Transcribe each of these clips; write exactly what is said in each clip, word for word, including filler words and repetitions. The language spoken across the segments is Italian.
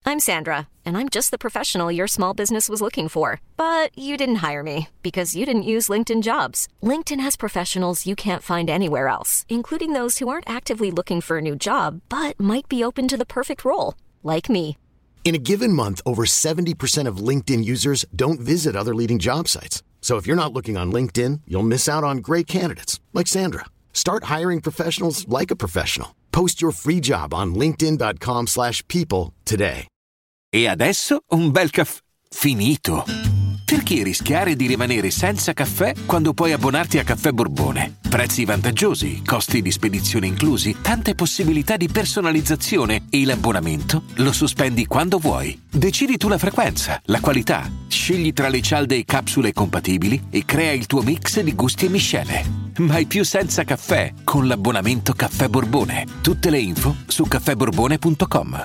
I'm Sandra, and I'm just the professional your small business was looking for. But you didn't hire me because you didn't use LinkedIn Jobs. LinkedIn has professionals you can't find anywhere else, including those who aren't actively looking for a new job, but might be open to the perfect role, like me. In a given month, over seventy percent of LinkedIn users don't visit other leading job sites. So if you're not looking on LinkedIn, you'll miss out on great candidates like Sandra. Start hiring professionals like a professional. Post your free job on linkedin.com slash people today. E adesso un bel caffè finito. Perché rischiare di rimanere senza caffè quando puoi abbonarti a Caffè Borbone? Prezzi vantaggiosi, costi di spedizione inclusi, tante possibilità di personalizzazione e l'abbonamento lo sospendi quando vuoi. Decidi tu la frequenza, la qualità, scegli tra le cialde e capsule compatibili e crea il tuo mix di gusti e miscele. Mai più senza caffè con l'abbonamento Caffè Borbone. Tutte le info su caffè borbone punto com.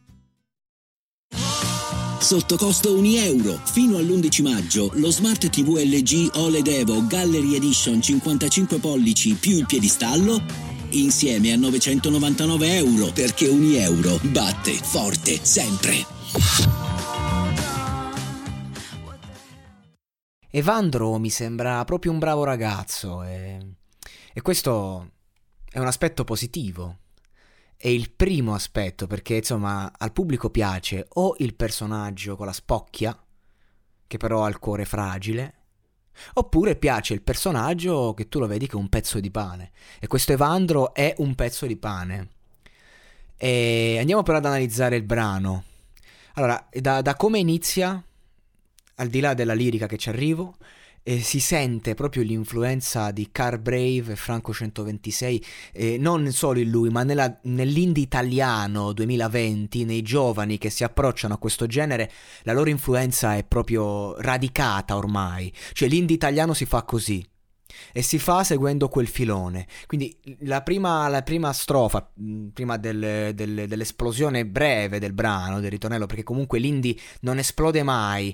Sotto costo un euro. Fino all'undici maggio lo Smart tivù L G O L E D Evo Gallery Edition cinquantacinque pollici più il piedistallo insieme a novecentonovantanove euro, perché un euro batte forte sempre. Evandro mi sembra proprio un bravo ragazzo e, e questo è un aspetto positivo. È il primo aspetto, perché insomma al pubblico piace o il personaggio con la spocchia, che però ha il cuore fragile, oppure piace il personaggio che tu lo vedi che è un pezzo di pane. E questo Evandro è un pezzo di pane. E andiamo però ad analizzare il brano. Allora, da, da come inizia, al di là della lirica che ci arrivo, eh, si sente proprio l'influenza di Car Brave e Franco centoventisei, eh, non solo in lui, ma nella, nell'indie italiano duemilaventi, nei giovani che si approcciano a questo genere, la loro influenza è proprio radicata ormai. Cioè l'indie italiano si fa così. E si fa seguendo quel filone. Quindi la prima, la prima strofa, prima del, del, dell'esplosione breve del brano, del ritornello, perché comunque l'indie non esplode mai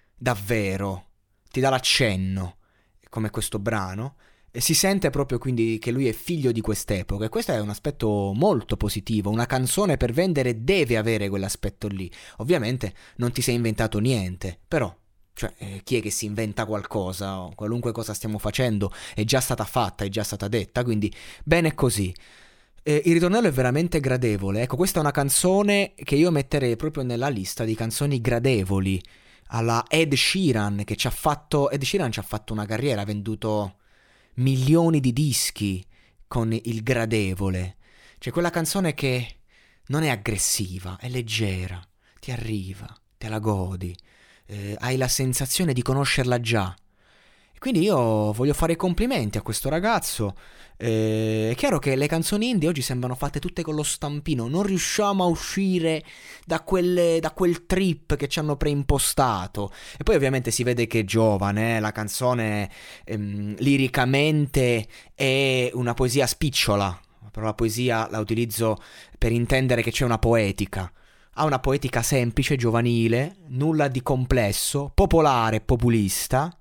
davvero, ti dà l'accenno, come questo brano, e si sente proprio quindi che lui è figlio di quest'epoca, e questo è un aspetto molto positivo. Una canzone per vendere deve avere quell'aspetto lì. Ovviamente non ti sei inventato niente, però cioè, eh, chi è che si inventa qualcosa? Qualunque cosa stiamo facendo è già stata fatta, è già stata detta, quindi bene così. Eh, il ritornello è veramente gradevole. Ecco, questa è una canzone che io metterei proprio nella lista di canzoni gradevoli, alla Ed Sheeran, che ci ha fatto Ed Sheeran ci ha fatto una carriera, ha venduto milioni di dischi con il gradevole. Cioè quella canzone che non è aggressiva, è leggera, ti arriva, te la godi. Eh, hai la sensazione di conoscerla già. E quindi io voglio fare i complimenti a questo ragazzo. Eh, è chiaro che le canzoni indie oggi sembrano fatte tutte con lo stampino, non riusciamo a uscire da, quelle, da quel trip che ci hanno preimpostato. E poi ovviamente si vede che è giovane, eh? La canzone ehm, liricamente è una poesia spicciola, però la poesia la utilizzo per intendere che c'è una poetica. Ha una poetica semplice, giovanile, nulla di complesso, popolare, populista,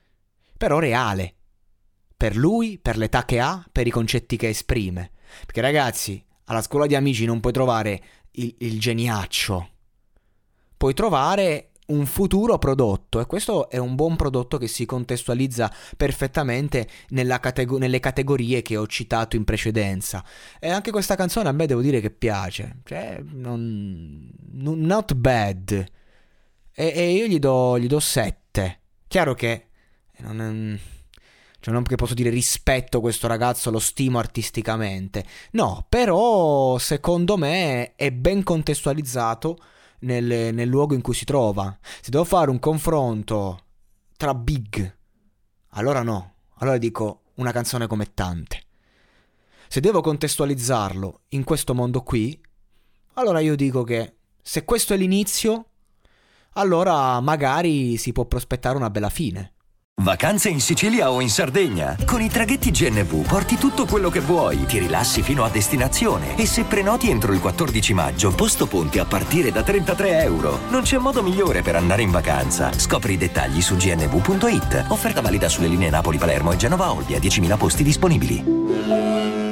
però reale. Per lui, per l'età che ha, per i concetti che esprime. Perché ragazzi, alla scuola di amici non puoi trovare il, il geniaccio. Puoi trovare un futuro prodotto, e questo è un buon prodotto che si contestualizza perfettamente nella catego- nelle categorie che ho citato in precedenza. E anche questa canzone a me devo dire che piace. Cioè, non, non, not bad. E, e io gli do, gli do sette. Chiaro che non è... Cioè non che posso dire rispetto questo ragazzo, lo stimo artisticamente. No, però secondo me è ben contestualizzato nel, nel luogo in cui si trova. Se devo fare un confronto tra big, allora no. Allora dico una canzone come tante. Se devo contestualizzarlo in questo mondo qui, allora io dico che se questo è l'inizio, allora magari si può prospettare una bella fine. Vacanze in Sicilia o in Sardegna? Con i traghetti G N V porti tutto quello che vuoi, ti rilassi fino a destinazione e se prenoti entro il quattordici maggio, posto ponti a partire da trentatré euro. Non c'è modo migliore per andare in vacanza. Scopri i dettagli su g n v punto i t. Offerta valida sulle linee Napoli-Palermo e Genova-Olbia, diecimila posti disponibili.